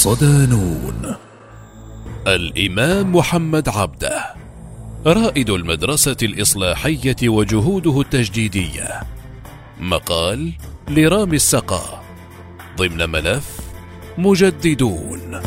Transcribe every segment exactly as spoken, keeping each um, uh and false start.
صدانون. الإمام محمد عبده رائد المدرسة الإصلاحية وجهوده التجديدية. مقال لرامي السقا ضمن ملف مجددون.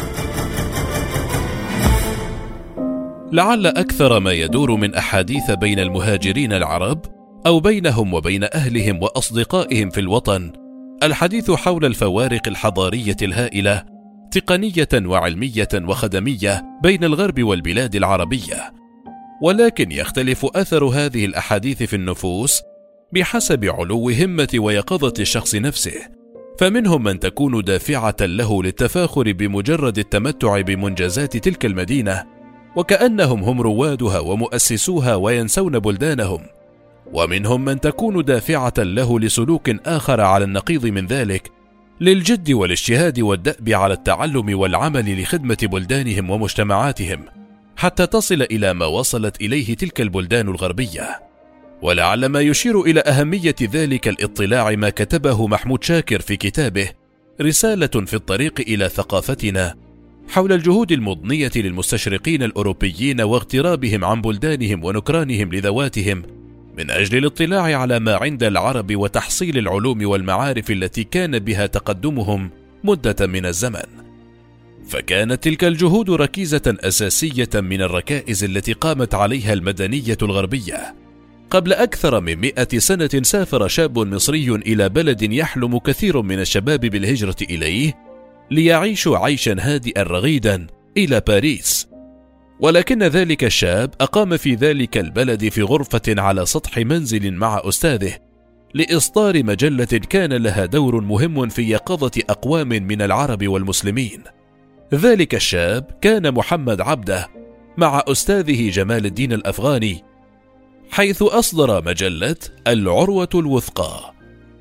لعل أكثر ما يدور من أحاديث بين المهاجرين العرب أو بينهم وبين أهلهم وأصدقائهم في الوطن الحديث حول الفوارق الحضارية الهائلة تقنية وعلمية وخدمية بين الغرب والبلاد العربية، ولكن يختلف أثر هذه الأحاديث في النفوس بحسب علو همة ويقظة الشخص نفسه، فمنهم من تكون دافعة له للتفاخر بمجرد التمتع بمنجزات تلك المدينة وكأنهم هم روادها ومؤسسوها وينسون بلدانهم، ومنهم من تكون دافعة له لسلوك آخر على النقيض من ذلك، للجد والاجتهاد والدأب على التعلم والعمل لخدمة بلدانهم ومجتمعاتهم حتى تصل إلى ما وصلت إليه تلك البلدان الغربية. ولعل ما يشير إلى أهمية ذلك الاطلاع ما كتبه محمود شاكر في كتابه رسالة في الطريق إلى ثقافتنا حول الجهود المضنية للمستشرقين الأوروبيين واغترابهم عن بلدانهم ونكرانهم لذواتهم من أجل الاطلاع على ما عند العرب وتحصيل العلوم والمعارف التي كان بها تقدمهم مدة من الزمن. فكانت تلك الجهود ركيزة أساسية من الركائز التي قامت عليها المدنية الغربية. قبل أكثر من مئة سنة سافر شاب مصري إلى بلد يحلم كثير من الشباب بالهجرة إليه ليعيشوا عيشا هادئا رغيدا إلى باريس، ولكن ذلك الشاب أقام في ذلك البلد في غرفة على سطح منزل مع أستاذه لإصدار مجلة كان لها دور مهم في يقظة أقوام من العرب والمسلمين. ذلك الشاب كان محمد عبده مع أستاذه جمال الدين الأفغاني، حيث أصدر مجلة العروة الوثقى،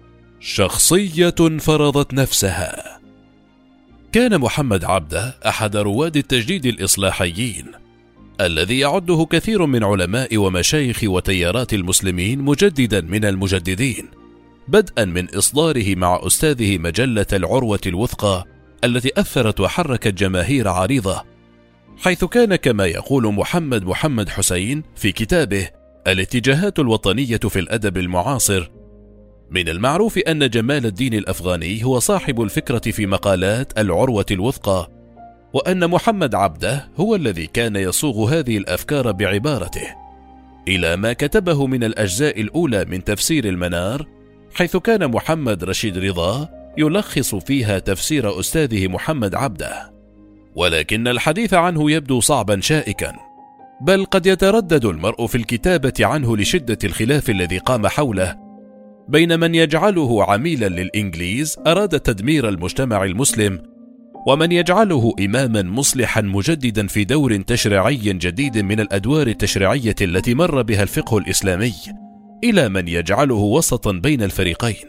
شخصية فرضت نفسها. كان محمد عبده أحد رواد التجديد الإصلاحيين الذي يعده كثير من علماء ومشايخ وتيارات المسلمين مجددا من المجددين، بدءا من إصداره مع أستاذه مجلة العروة الوثقى التي أثرت وحركت جماهير عريضة، حيث كان كما يقول محمد محمد حسين في كتابه الاتجاهات الوطنية في الأدب المعاصر: من المعروف أن جمال الدين الأفغاني هو صاحب الفكرة في مقالات العروة الوثقى، وأن محمد عبده هو الذي كان يصوغ هذه الأفكار بعبارته، إلى ما كتبه من الأجزاء الأولى من تفسير المنار، حيث كان محمد رشيد رضا يلخص فيها تفسير أستاذه محمد عبده. ولكن الحديث عنه يبدو صعبا شائكا، بل قد يتردد المرء في الكتابة عنه لشدة الخلاف الذي قام حوله بين من يجعله عميلا للإنجليز أراد تدمير المجتمع المسلم، ومن يجعله إماما مصلحا مجددا في دور تشريعي جديد من الأدوار التشريعية التي مر بها الفقه الإسلامي، إلى من يجعله وسطا بين الفريقين.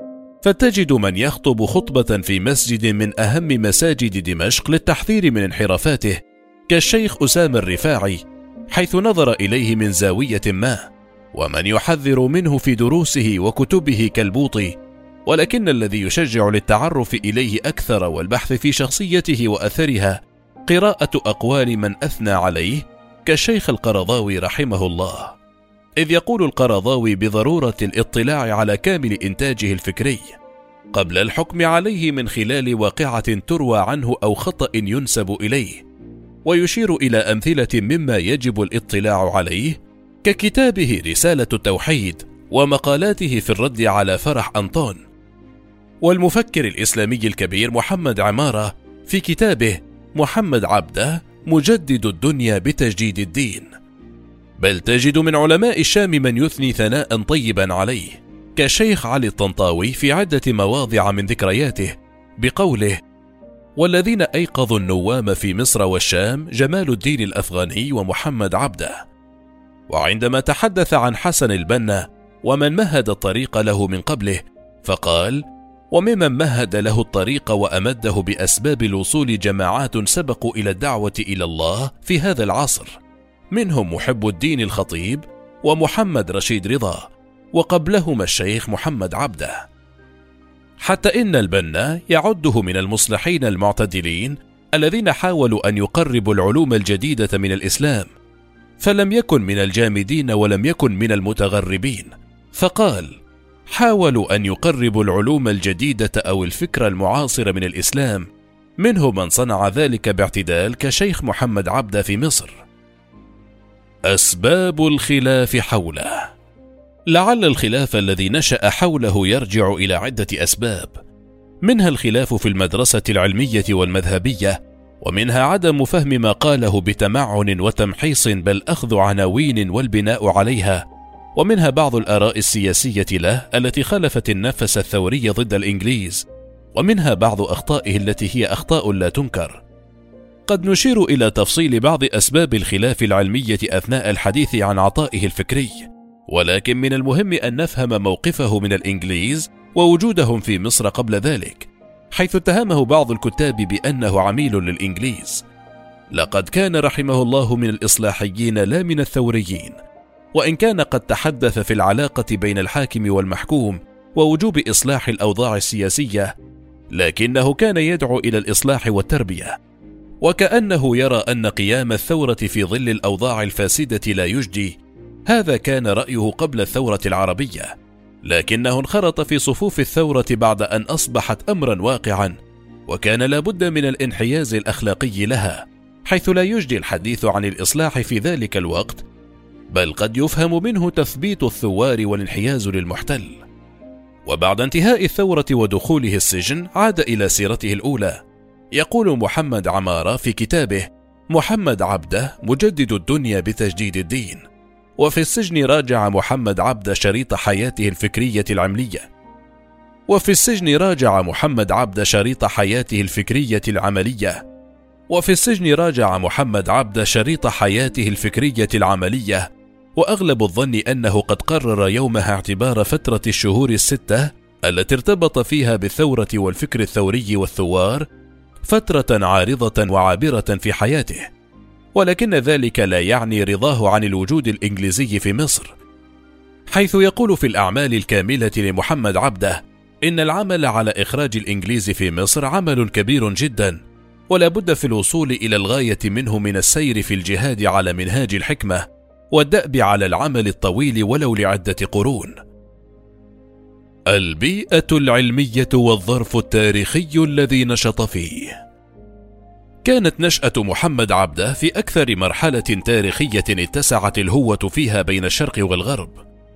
فتجد من يخطب خطبة في مسجد من أهم مساجد دمشق للتحذير من انحرافاته كالشيخ أسامة الرفاعي، حيث نظر إليه من زاوية ما، ومن يحذر منه في دروسه وكتبه كالبوطي، ولكن الذي يشجع للتعرف إليه أكثر والبحث في شخصيته وأثرها قراءة أقوال من أثنى عليه كالشيخ القرضاوي رحمه الله، إذ يقول القرضاوي بضرورة الاطلاع على كامل إنتاجه الفكري قبل الحكم عليه من خلال واقعة تروى عنه أو خطأ ينسب إليه، ويشير إلى أمثلة مما يجب الاطلاع عليه ككتابه رسالة التوحيد ومقالاته في الرد على فرح أنطون، والمفكر الإسلامي الكبير محمد عمارة في كتابه محمد عبده مجدد الدنيا بتجديد الدين. بل تجد من علماء الشام من يثني ثناء طيبا عليه كشيخ علي الطنطاوي في عدة مواضع من ذكرياته بقوله: والذين أيقظوا النوام في مصر والشام جمال الدين الأفغاني ومحمد عبده. وعندما تحدث عن حسن البنا ومن مهد الطريق له من قبله فقال: وممن مهد له الطريق وأمده بأسباب الوصول جماعات سبقوا إلى الدعوة إلى الله في هذا العصر، منهم محب الدين الخطيب ومحمد رشيد رضا، وقبلهما الشيخ محمد عبده. حتى إن البنا يعده من المصلحين المعتدلين الذين حاولوا أن يقربوا العلوم الجديدة من الإسلام، فلم يكن من الجامدين ولم يكن من المتغربين، فقال: حاولوا أن يقربوا العلوم الجديدة أو الفكر المعاصر من الإسلام، منهم من صنع ذلك باعتدال كشيخ محمد عبده في مصر. أسباب الخلاف حوله. لعل الخلاف الذي نشأ حوله يرجع إلى عدة أسباب، منها الخلاف في المدرسة العلمية والمذهبية، ومنها عدم فهم ما قاله بتمعن وتمحيص بل أخذ عناوين والبناء عليها، ومنها بعض الآراء السياسية له التي خالفت النفس الثوري ضد الإنجليز، ومنها بعض أخطائه التي هي أخطاء لا تنكر. قد نشير إلى تفصيل بعض أسباب الخلاف العلمية أثناء الحديث عن عطائه الفكري، ولكن من المهم أن نفهم موقفه من الإنجليز ووجودهم في مصر قبل ذلك، حيث اتهمه بعض الكتاب بأنه عميل للإنجليز. لقد كان رحمه الله من الإصلاحيين لا من الثوريين، وإن كان قد تحدث في العلاقة بين الحاكم والمحكوم ووجوب إصلاح الأوضاع السياسية، لكنه كان يدعو إلى الإصلاح والتربية، وكأنه يرى أن قيام الثورة في ظل الأوضاع الفاسدة لا يجدي. هذا كان رأيه قبل الثورة العربية، لكنه انخرط في صفوف الثورة بعد أن أصبحت أمرا واقعا، وكان لابد من الانحياز الأخلاقي لها، حيث لا يجدي الحديث عن الإصلاح في ذلك الوقت، بل قد يفهم منه تثبيت الثوار والانحياز للمحتل. وبعد انتهاء الثورة ودخوله السجن عاد إلى سيرته الأولى. يقول محمد عمارة في كتابه: محمد عبده مجدد الدنيا بتجديد الدين. وفي السجن راجع محمد عبده شريط حياته الفكرية العملية وفي السجن راجع محمد عبده شريط حياته الفكرية العملية وفي السجن راجع محمد عبده شريط حياته الفكرية العملية وأغلب الظن أنه قد قرر يومها اعتبار فترة الشهور الستة التي ارتبط فيها بالثورة والفكر الثوري والثوار فترة عارضة وعابرة في حياته، ولكن ذلك لا يعني رضاه عن الوجود الإنجليزي في مصر، حيث يقول في الأعمال الكاملة لمحمد عبده: إن العمل على إخراج الإنجليز في مصر عمل كبير جدا، ولا بد في الوصول إلى الغاية منه من السير في الجهاد على منهاج الحكمة والدأب على العمل الطويل ولو لعدة قرون. البيئة العلمية والظرف التاريخي الذي نشط فيه. كانت نشأة محمد عبده في أكثر مرحلة تاريخية اتسعت الهوة فيها بين الشرق والغرب،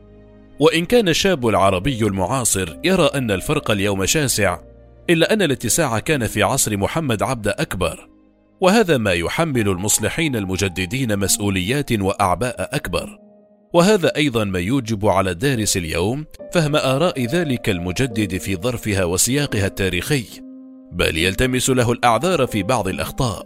وإن كان الشاب العربي المعاصر يرى أن الفرق اليوم شاسع، إلا أن الاتساع كان في عصر محمد عبده أكبر، وهذا ما يحمل المصلحين المجددين مسؤوليات وأعباء أكبر، وهذا أيضا ما يوجب على الدارس اليوم فهم آراء ذلك المجدد في ظرفها وسياقها التاريخي، بل يلتمس له الأعذار في بعض الأخطاء.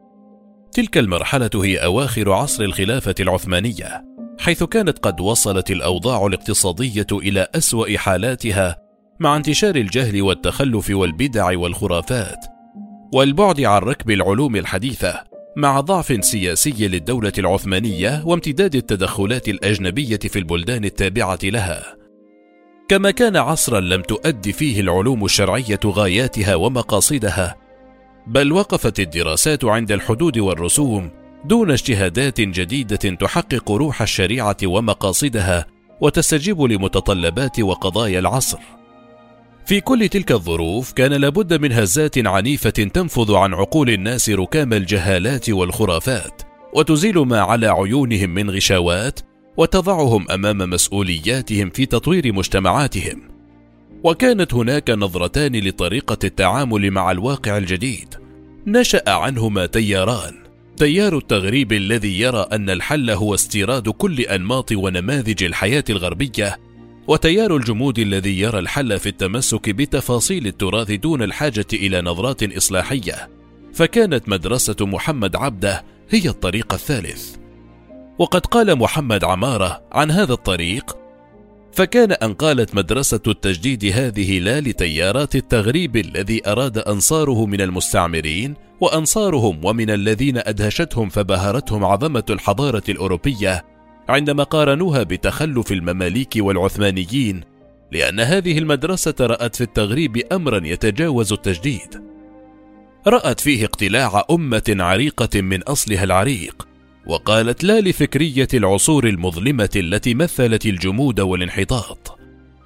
تلك المرحلة هي أواخر عصر الخلافة العثمانية، حيث كانت قد وصلت الأوضاع الاقتصادية إلى أسوأ حالاتها مع انتشار الجهل والتخلف والبدع والخرافات والبعد عن ركب العلوم الحديثة، مع ضعف سياسي للدولة العثمانية وامتداد التدخلات الأجنبية في البلدان التابعة لها، كما كان عصرا لم تؤدي فيه العلوم الشرعية غاياتها ومقاصدها، بل وقفت الدراسات عند الحدود والرسوم دون اجتهادات جديدة تحقق روح الشريعة ومقاصدها وتستجيب لمتطلبات وقضايا العصر. في كل تلك الظروف كان لابد من هزات عنيفة تنفض عن عقول الناس ركام الجهالات والخرافات، وتزيل ما على عيونهم من غشاوات، وتضعهم أمام مسؤولياتهم في تطوير مجتمعاتهم. وكانت هناك نظرتان لطريقة التعامل مع الواقع الجديد، نشأ عنهما تياران: تيار التغريب الذي يرى أن الحل هو استيراد كل أنماط ونماذج الحياة الغربية، وتيار الجمود الذي يرى الحل في التمسك بتفاصيل التراث دون الحاجة إلى نظرات إصلاحية. فكانت مدرسة محمد عبده هي الطريق الثالث. وقد قال محمد عمارة عن هذا الطريق: فكان أن قالت مدرسة التجديد هذه لا لتيارات التغريب الذي أراد أنصاره من المستعمرين وأنصارهم ومن الذين أدهشتهم فبهرتهم عظمة الحضارة الأوروبية عندما قارنوها بتخلف المماليك والعثمانيين، لأن هذه المدرسة رأت في التغريب أمرا يتجاوز التجديد، رأت فيه اقتلاع أمة عريقة من أصلها العريق، وقالت لا لفكرية العصور المظلمة التي مثلت الجمود والانحطاط.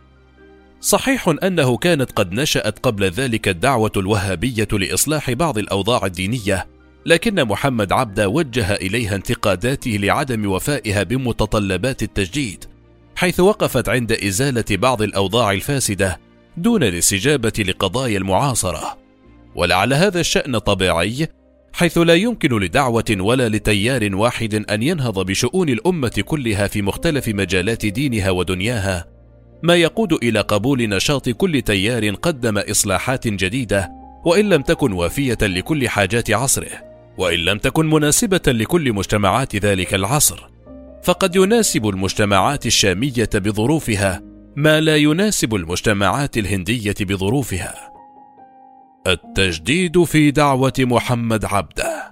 صحيح أنه كانت قد نشأت قبل ذلك الدعوة الوهابية لإصلاح بعض الأوضاع الدينية، لكن محمد عبده وجه إليها انتقاداته لعدم وفائها بمتطلبات التجديد، حيث وقفت عند إزالة بعض الأوضاع الفاسدة دون الاستجابة لقضايا المعاصرة. ولعل هذا الشأن طبيعي، حيث لا يمكن لدعوة ولا لتيار واحد أن ينهض بشؤون الأمة كلها في مختلف مجالات دينها ودنياها، ما يقود إلى قبول نشاط كل تيار قدم إصلاحات جديدة، وإن لم تكن وافية لكل حاجات عصره، وإن لم تكن مناسبة لكل مجتمعات ذلك العصر. فقد يناسب المجتمعات الشامية بظروفها ما لا يناسب المجتمعات الهندية بظروفها. التجديد في دعوة محمد عبده.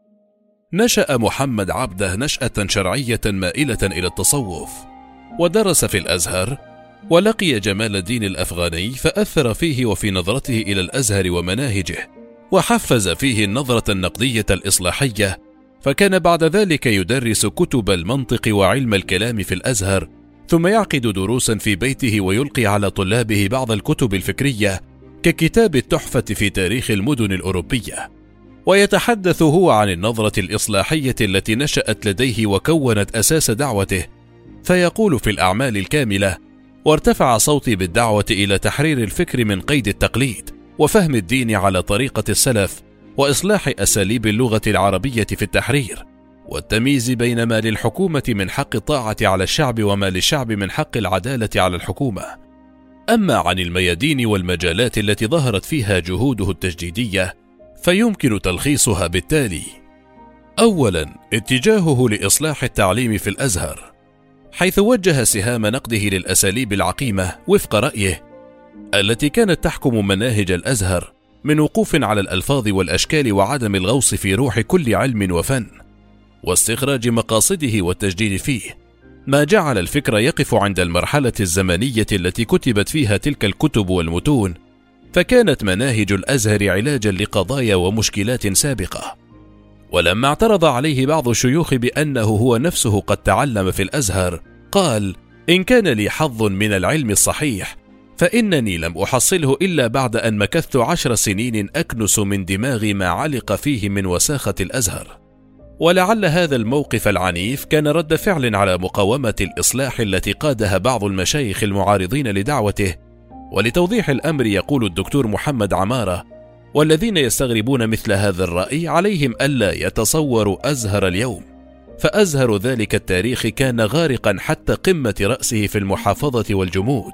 نشأ محمد عبده نشأة شرعية مائلة إلى التصوف، ودرس في الأزهر، ولقي جمال الدين الأفغاني فأثر فيه وفي نظرته إلى الأزهر ومناهجه، وحفز فيه النظرة النقدية الإصلاحية، فكان بعد ذلك يدرس كتب المنطق وعلم الكلام في الأزهر، ثم يعقد دروسا في بيته ويلقي على طلابه بعض الكتب الفكرية ككتاب التحفة في تاريخ المدن الأوروبية، ويتحدث هو عن النظرة الإصلاحية التي نشأت لديه وكونت أساس دعوته، فيقول في الأعمال الكاملة: وارتفع صوتي بالدعوة إلى تحرير الفكر من قيد التقليد، وفهم الدين على طريقة السلف، وإصلاح أساليب اللغة العربية في التحرير، والتمييز بين ما للحكومة من حق الطاعة على الشعب وما للشعب من حق العدالة على الحكومة. أما عن الميادين والمجالات التي ظهرت فيها جهوده التجديدية، فيمكن تلخيصها بالتالي: أولا، اتجاهه لإصلاح التعليم في الأزهر، حيث وجه سهام نقده للأساليب العقيمة وفق رأيه التي كانت تحكم مناهج الأزهر، من وقوف على الألفاظ والأشكال وعدم الغوص في روح كل علم وفن، واستخراج مقاصده والتجديد فيه، ما جعل الفكر يقف عند المرحلة الزمنية التي كتبت فيها تلك الكتب والمتون، فكانت مناهج الأزهر علاجا لقضايا ومشكلات سابقة. ولما اعترض عليه بعض الشيوخ بأنه هو نفسه قد تعلم في الأزهر، قال: إن كان لي حظ من العلم الصحيح فإنني لم أحصله إلا بعد أن مكثت عشر سنين أكنس من دماغي ما علق فيه من وساخة الأزهر. ولعل هذا الموقف العنيف كان رد فعل على مقاومة الإصلاح التي قادها بعض المشايخ المعارضين لدعوته. ولتوضيح الأمر يقول الدكتور محمد عمارة: والذين يستغربون مثل هذا الرأي عليهم ألا يتصوروا أزهر اليوم، فأزهر ذلك التاريخ كان غارقا حتى قمة رأسه في المحافظة والجمود.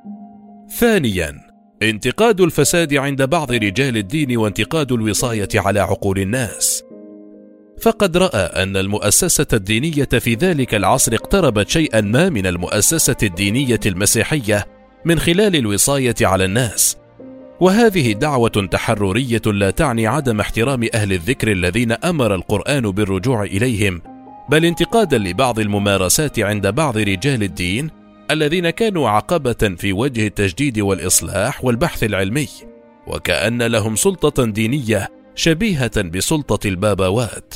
ثانيا، انتقاد الفساد عند بعض رجال الدين وانتقاد الوصاية على عقول الناس، فقد رأى أن المؤسسة الدينية في ذلك العصر اقتربت شيئا ما من المؤسسة الدينية المسيحية من خلال الوصاية على الناس، وهذه دعوة تحررية لا تعني عدم احترام أهل الذكر الذين أمر القرآن بالرجوع إليهم، بل انتقادا لبعض الممارسات عند بعض رجال الدين الذين كانوا عقبة في وجه التجديد والإصلاح والبحث العلمي، وكأن لهم سلطة دينية شبيهة بسلطة البابوات.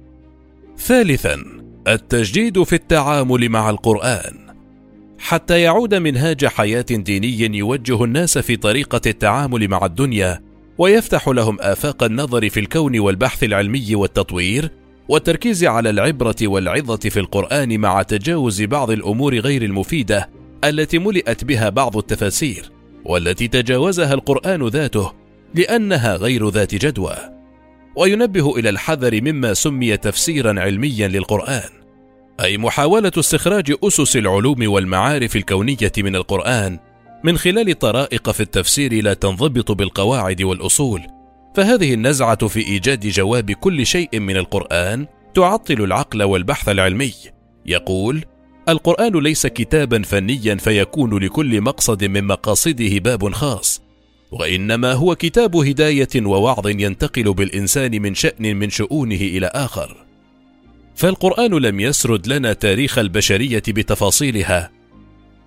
ثالثا، التجديد في التعامل مع القرآن، حتى يعود منهاج حياة ديني يوجه الناس في طريقة التعامل مع الدنيا، ويفتح لهم آفاق النظر في الكون والبحث العلمي والتطوير، والتركيز على العبرة والعظة في القرآن مع تجاوز بعض الأمور غير المفيدة التي ملئت بها بعض التفاسير، والتي تجاوزها القرآن ذاته لأنها غير ذات جدوى. وينبه إلى الحذر مما سمي تفسيرا علميا للقرآن، أي محاولة استخراج أسس العلوم والمعارف الكونية من القرآن من خلال طرائق في التفسير لا تنضبط بالقواعد والأصول، فهذه النزعة في إيجاد جواب كل شيء من القرآن تعطل العقل والبحث العلمي. يقول: القرآن ليس كتابا فنيا فيكون لكل مقصد من مقاصده باب خاص، وإنما هو كتاب هداية ووعظ ينتقل بالإنسان من شأن من شؤونه إلى آخر. فالقرآن لم يسرد لنا تاريخ البشرية بتفاصيلها،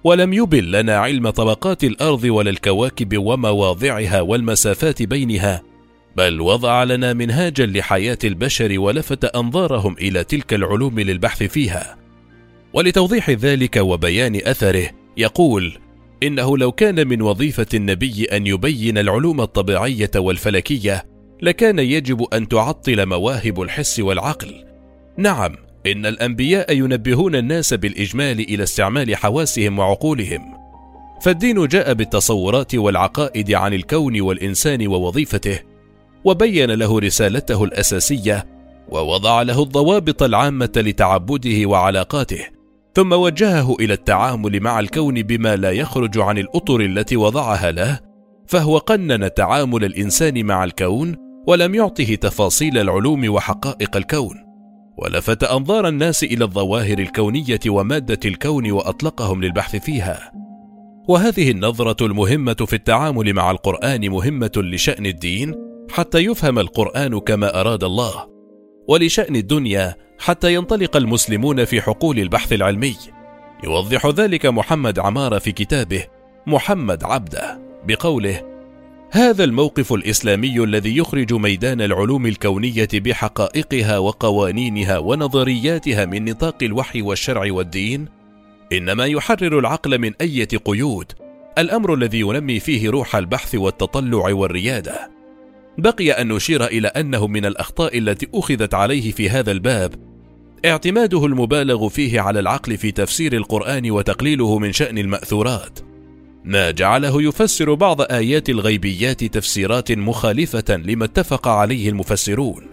ولم يبن لنا علم طبقات الأرض ولا الكواكب ومواضعها والمسافات بينها، بل وضع لنا منهاجا لحياة البشر ولفت أنظارهم إلى تلك العلوم للبحث فيها. ولتوضيح ذلك وبيان أثره يقول إنه لو كان من وظيفة النبي أن يبين العلوم الطبيعية والفلكية لكان يجب أن تعطل مواهب الحس والعقل. نعم، إن الأنبياء ينبهون الناس بالإجمال إلى استعمال حواسهم وعقولهم، فالدين جاء بالتصورات والعقائد عن الكون والإنسان ووظيفته، وبين له رسالته الأساسية، ووضع له الضوابط العامة لتعبده وعلاقاته، ثم وجهه إلى التعامل مع الكون بما لا يخرج عن الأطر التي وضعها له، فهو قنن تعامل الإنسان مع الكون ولم يعطه تفاصيل العلوم وحقائق الكون، ولفت أنظار الناس إلى الظواهر الكونية ومادة الكون وأطلقهم للبحث فيها. وهذه النظرة المهمة في التعامل مع القرآن مهمة لشأن الدين حتى يفهم القرآن كما أراد الله، ولشأن الدنيا حتى ينطلق المسلمون في حقول البحث العلمي. يوضح ذلك محمد عمارة في كتابه محمد عبده بقوله: هذا الموقف الإسلامي الذي يخرج ميدان العلوم الكونية بحقائقها وقوانينها ونظرياتها من نطاق الوحي والشرع والدين إنما يحرر العقل من أي قيود، الأمر الذي ينمي فيه روح البحث والتطلع والريادة. بقي أن نشير إلى أنه من الأخطاء التي أخذت عليه في هذا الباب اعتماده المبالغ فيه على العقل في تفسير القرآن وتقليله من شأن المأثورات، ما جعله يفسر بعض آيات الغيبيات تفسيرات مخالفة لما اتفق عليه المفسرون.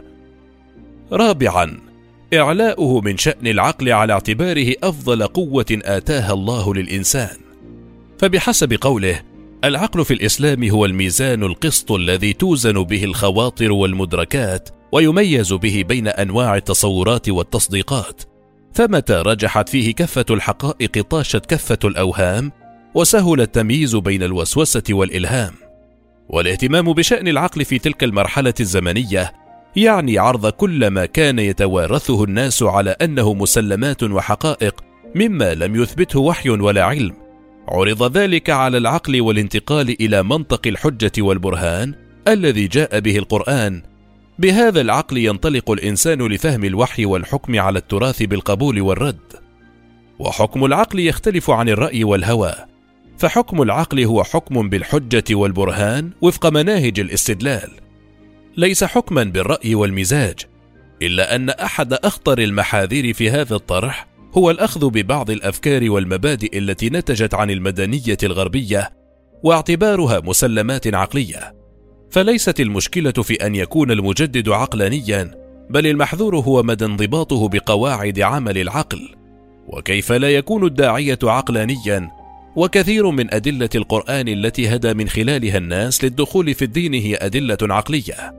رابعا، إعلاؤه من شأن العقل على اعتباره أفضل قوة آتاها الله للإنسان، فبحسب قوله: العقل في الإسلام هو الميزان القسط الذي توزن به الخواطر والمدركات ويميز به بين أنواع التصورات والتصديقات، فمتى رجحت فيه كفة الحقائق طاشت كفة الأوهام وسهل التمييز بين الوسوسة والإلهام. والاهتمام بشأن العقل في تلك المرحلة الزمنية يعني عرض كل ما كان يتوارثه الناس على أنه مسلمات وحقائق مما لم يثبته وحي ولا علم، عرض ذلك على العقل والانتقال إلى منطق الحجة والبرهان الذي جاء به القرآن. بهذا العقل ينطلق الإنسان لفهم الوحي والحكم على التراث بالقبول والرد. وحكم العقل يختلف عن الرأي والهوى، فحكم العقل هو حكم بالحجة والبرهان وفق مناهج الاستدلال، ليس حكما بالرأي والمزاج، إلا أن أحد أخطر المحاذير في هذا الطرح هو الأخذ ببعض الأفكار والمبادئ التي نتجت عن المدنية الغربية واعتبارها مسلمات عقلية. فليست المشكلة في أن يكون المجدد عقلانيا، بل المحذور هو مدى انضباطه بقواعد عمل العقل. وكيف لا يكون الداعية عقلانيا وكثير من أدلة القرآن التي هدى من خلالها الناس للدخول في الدين هي أدلة عقلية.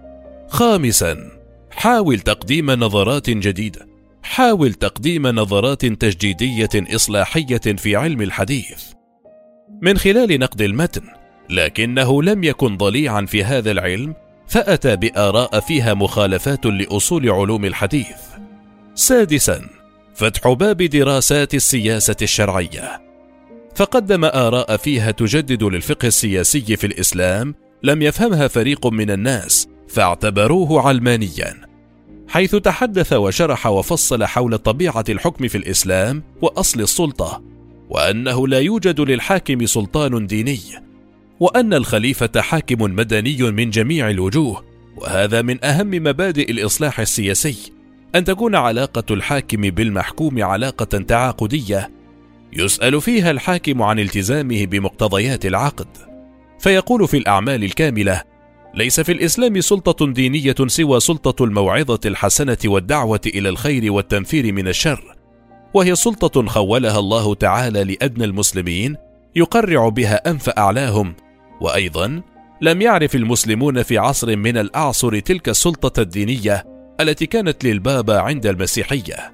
خامسا، حاول تقديم نظرات جديدة حاول تقديم نظرات تجديدية إصلاحية في علم الحديث من خلال نقد المتن، لكنه لم يكن ضليعا في هذا العلم فأتى بآراء فيها مخالفات لأصول علوم الحديث. سادسا، فتح باب دراسات السياسة الشرعية، فقدم آراء فيها تجدد للفقه السياسي في الإسلام لم يفهمها فريق من الناس فاعتبروه علمانيا، حيث تحدث وشرح وفصل حول طبيعة الحكم في الإسلام وأصل السلطة، وأنه لا يوجد للحاكم سلطان ديني، وأن الخليفة حاكم مدني من جميع الوجوه، وهذا من أهم مبادئ الإصلاح السياسي، أن تكون علاقة الحاكم بالمحكوم علاقة تعاقدية يسأل فيها الحاكم عن التزامه بمقتضيات العقد. فيقول في الأعمال الكاملة: ليس في الإسلام سلطة دينية سوى سلطة الموعظة الحسنة والدعوة إلى الخير والتنفير من الشر، وهي سلطة خولها الله تعالى لأدنى المسلمين يقرع بها أنف أعلاهم، وأيضا لم يعرف المسلمون في عصر من الأعصر تلك السلطة الدينية التي كانت للبابا عند المسيحية.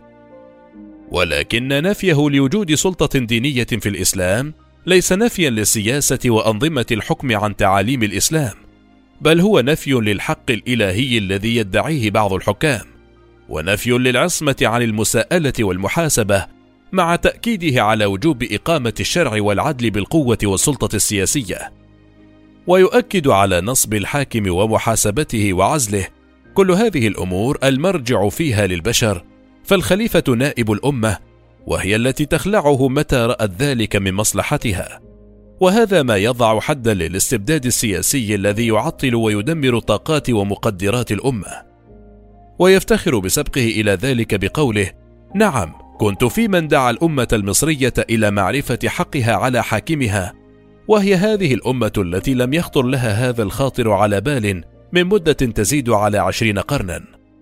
ولكن نفيه لوجود سلطة دينية في الإسلام ليس نفيا للسياسة وأنظمة الحكم عن تعاليم الإسلام، بل هو نفي للحق الإلهي الذي يدعيه بعض الحكام، ونفي للعصمة عن المساءلة والمحاسبة مع تأكيده على وجوب إقامة الشرع والعدل بالقوة والسلطة السياسية، ويؤكد على نصب الحاكم ومحاسبته وعزله. كل هذه الأمور المرجع فيها للبشر، فالخليفة نائب الأمة، وهي التي تخلعه متى رأت ذلك من مصلحتها. وهذا ما يضع حدا للاستبداد السياسي الذي يعطل ويدمر طاقات ومقدرات الأمة. ويفتخر بسبقه إلى ذلك بقوله: نعم، كنت في من دعا الأمة المصرية إلى معرفة حقها على حاكمها، وهي هذه الأمة التي لم يخطر لها هذا الخاطر على بال من مدة تزيد على عشرين قرنا.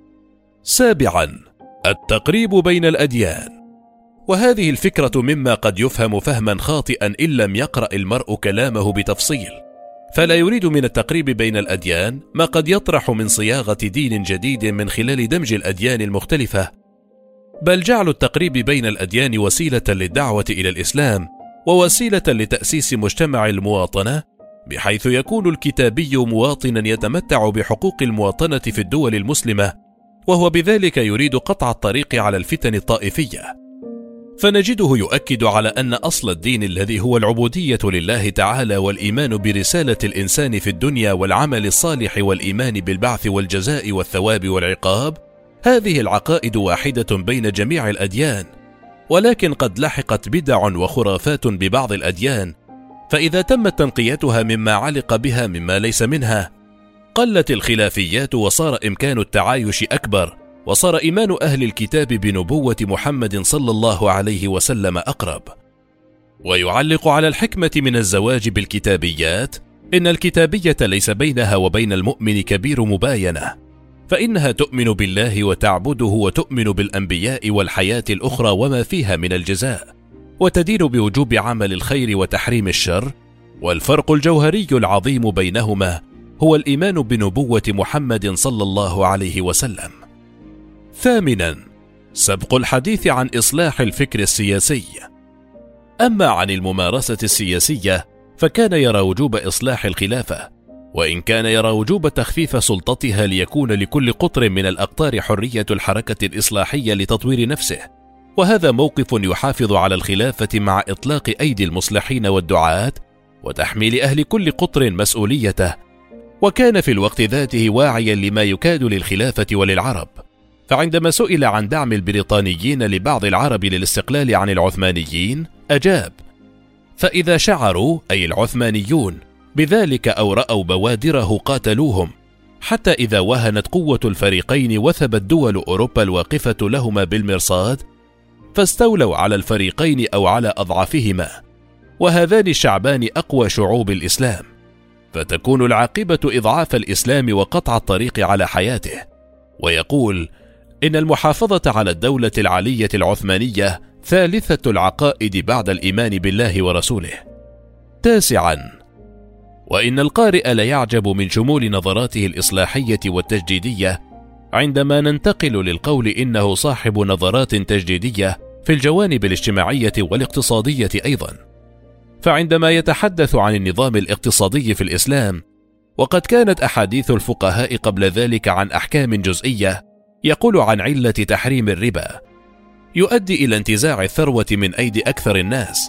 سابعا، التقريب بين الأديان. وهذه الفكرة مما قد يفهم فهما خاطئا إن لم يقرأ المرء كلامه بتفصيل، فلا يريد من التقريب بين الأديان ما قد يطرح من صياغة دين جديد من خلال دمج الأديان المختلفة، بل جعل التقريب بين الأديان وسيلة للدعوة إلى الإسلام، ووسيلة لتأسيس مجتمع المواطنة، بحيث يكون الكتابي مواطنا يتمتع بحقوق المواطنة في الدول المسلمة، وهو بذلك يريد قطع الطريق على الفتن الطائفية. فنجده يؤكد على أن أصل الدين الذي هو العبودية لله تعالى والإيمان برسالة الإنسان في الدنيا والعمل الصالح والإيمان بالبعث والجزاء والثواب والعقاب، هذه العقائد واحدة بين جميع الأديان، ولكن قد لحقت بدع وخرافات ببعض الأديان، فإذا تمت تنقيتها مما علق بها مما ليس منها قلت الخلافيات وصار إمكان التعايش أكبر، وصار إيمان أهل الكتاب بنبوة محمد صلى الله عليه وسلم أقرب. ويعلق على الحكمة من الزواج بالكتابيات: إن الكتابية ليس بينها وبين المؤمن كبير مباينة، فإنها تؤمن بالله وتعبده وتؤمن بالأنبياء والحياة الأخرى وما فيها من الجزاء، وتدين بوجوب عمل الخير وتحريم الشر، والفرق الجوهري العظيم بينهما هو الإيمان بنبوة محمد صلى الله عليه وسلم. ثامنا، سبق الحديث عن إصلاح الفكر السياسي. أما عن الممارسة السياسية فكان يرى وجوب إصلاح الخلافة، وإن كان يرى وجوب تخفيف سلطتها ليكون لكل قطر من الأقطار حرية الحركة الإصلاحية لتطوير نفسه، وهذا موقف يحافظ على الخلافة مع إطلاق أيدي المصلحين والدعاة وتحميل أهل كل قطر مسؤوليته. وكان في الوقت ذاته واعيا لما يكاد للخلافة وللعرب، فعندما سئل عن دعم البريطانيين لبعض العرب للاستقلال عن العثمانيين أجاب: فإذا شعروا أي العثمانيون بذلك أو رأوا بوادره قاتلوهم، حتى إذا وهنت قوة الفريقين وثبت دول أوروبا الواقفة لهما بالمرصاد فاستولوا على الفريقين أو على أضعافهما، وهذان الشعبان أقوى شعوب الإسلام، فتكون العاقبة إضعاف الإسلام وقطع الطريق على حياته. ويقول إن المحافظة على الدولة العلية العثمانية ثالثة العقائد بعد الإيمان بالله ورسوله. تاسعا، وإن القارئ ليعجب من شمول نظراته الإصلاحية والتجديدية عندما ننتقل للقول إنه صاحب نظرات تجديدية في الجوانب الاجتماعية والاقتصادية أيضا. فعندما يتحدث عن النظام الاقتصادي في الإسلام، وقد كانت أحاديث الفقهاء قبل ذلك عن أحكام جزئية يقول عن علة تحريم الربا يؤدي إلى انتزاع الثروة من أيدي أكثر الناس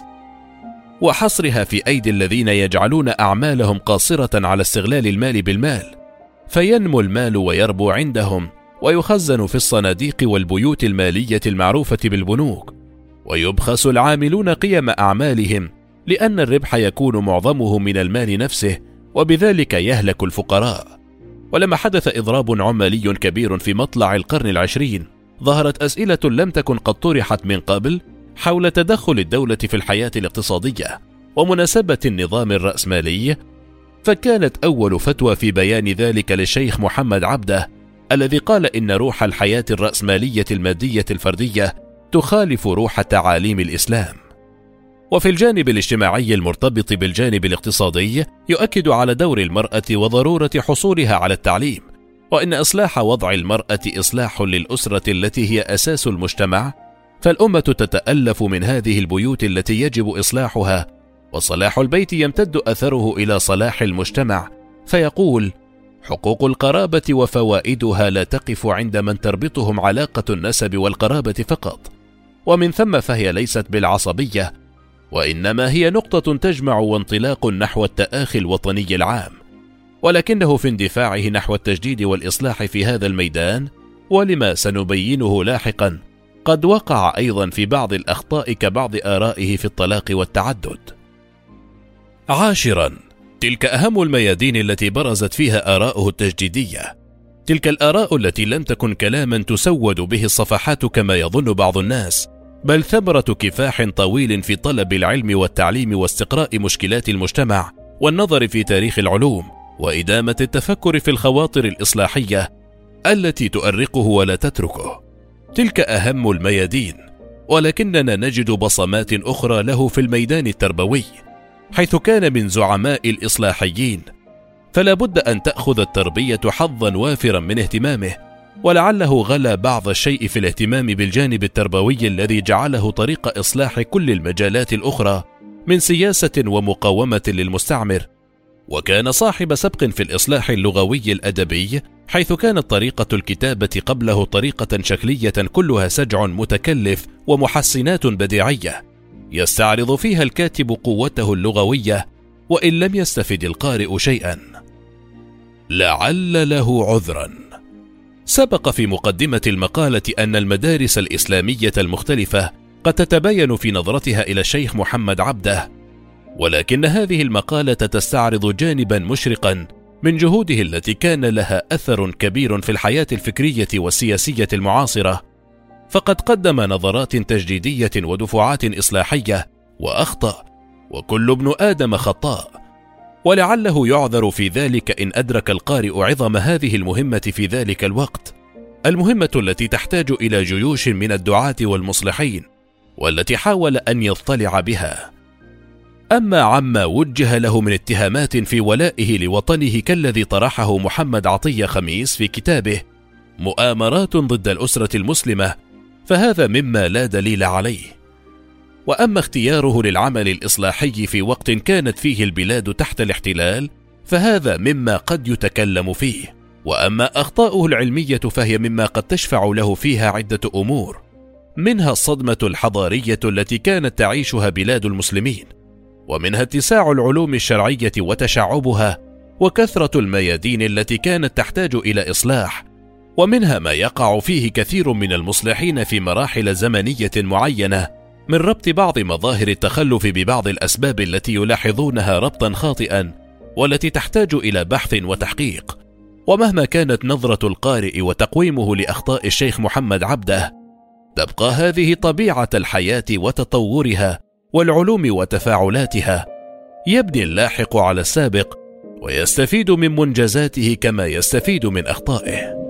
وحصرها في أيدي الذين يجعلون أعمالهم قاصرة على استغلال المال بالمال، فينمو المال ويربو عندهم ويخزن في الصناديق والبيوت المالية المعروفة بالبنوك، ويبخس العاملون قيم أعمالهم لأن الربح يكون معظمه من المال نفسه، وبذلك يهلك الفقراء. ولما حدث إضراب عمالي كبير في مطلع القرن العشرين ظهرت أسئلة لم تكن قد طرحت من قبل حول تدخل الدولة في الحياة الاقتصادية ومناسبة النظام الرأسمالي، فكانت أول فتوى في بيان ذلك للشيخ محمد عبده الذي قال إن روح الحياة الرأسمالية المادية الفردية تخالف روح تعاليم الإسلام. وفي الجانب الاجتماعي المرتبط بالجانب الاقتصادي يؤكد على دور المرأة وضرورة حصولها على التعليم، وإن إصلاح وضع المرأة إصلاح للأسرة التي هي أساس المجتمع، فالأمة تتألف من هذه البيوت التي يجب إصلاحها، وصلاح البيت يمتد أثره إلى صلاح المجتمع. فيقول: حقوق القرابة وفوائدها لا تقف عند من تربطهم علاقة النسب والقرابة فقط، ومن ثم فهي ليست بالعصبية، وإنما هي نقطة تجمع وانطلاق نحو التآخي الوطني العام، ولكنه في اندفاعه نحو التجديد والإصلاح في هذا الميدان، ولما سنبينه لاحقا، قد وقع أيضا في بعض الأخطاء كبعض آرائه في الطلاق والتعدد. عاشرا، تلك أهم الميادين التي برزت فيها آراؤه التجديدية، تلك الآراء التي لم تكن كلاما تسود به الصفحات كما يظن بعض الناس، بل ثمرة كفاح طويل في طلب العلم والتعليم واستقراء مشكلات المجتمع والنظر في تاريخ العلوم وإدامة التفكر في الخواطر الإصلاحية التي تؤرقه ولا تتركه. تلك أهم الميادين، ولكننا نجد بصمات أخرى له في الميدان التربوي، حيث كان من زعماء الإصلاحيين، فلا بد أن تأخذ التربية حظا وافرا من اهتمامه، ولعله غلا بعض الشيء في الاهتمام بالجانب التربوي الذي جعله طريق إصلاح كل المجالات الأخرى من سياسة ومقاومة للمستعمر، وكان صاحب سبق في الإصلاح اللغوي الأدبي، حيث كانت طريقة الكتابة قبله طريقة شكلية كلها سجع متكلف ومحسنات بديعية يستعرض فيها الكاتب قوته اللغوية وإن لم يستفد القارئ شيئا. لعل له عذرا. سبق في مقدمة المقالة أن المدارس الإسلامية المختلفة قد تتباين في نظرتها إلى الشيخ محمد عبده، ولكن هذه المقالة تستعرض جانبا مشرقا من جهوده التي كان لها أثر كبير في الحياة الفكرية والسياسية المعاصرة، فقد قدم نظرات تجديدية ودفعات إصلاحية وأخطأ، وكل ابن آدم خطاء، ولعله يعذر في ذلك إن أدرك القارئ عظم هذه المهمة في ذلك الوقت، المهمة التي تحتاج إلى جيوش من الدعاة والمصلحين، والتي حاول أن يطلع بها. أما عما وجه له من اتهامات في ولائه لوطنه كالذي طرحه محمد عطية خميس في كتابه مؤامرات ضد الأسرة المسلمة، فهذا مما لا دليل عليه. وأما اختياره للعمل الإصلاحي في وقت كانت فيه البلاد تحت الاحتلال، فهذا مما قد يتكلم فيه. وأما أخطاؤه العلمية فهي مما قد تشفع له فيها عدة أمور، منها الصدمة الحضارية التي كانت تعيشها بلاد المسلمين، ومنها اتساع العلوم الشرعية وتشعبها وكثرة الميادين التي كانت تحتاج إلى إصلاح، ومنها ما يقع فيه كثير من المصلحين في مراحل زمنية معينة من ربط بعض مظاهر التخلف ببعض الأسباب التي يلاحظونها ربطا خاطئا والتي تحتاج إلى بحث وتحقيق. ومهما كانت نظرة القارئ وتقويمه لأخطاء الشيخ محمد عبده، تبقى هذه طبيعة الحياة وتطورها والعلوم وتفاعلاتها، يبني اللاحق على السابق ويستفيد من منجزاته كما يستفيد من أخطائه.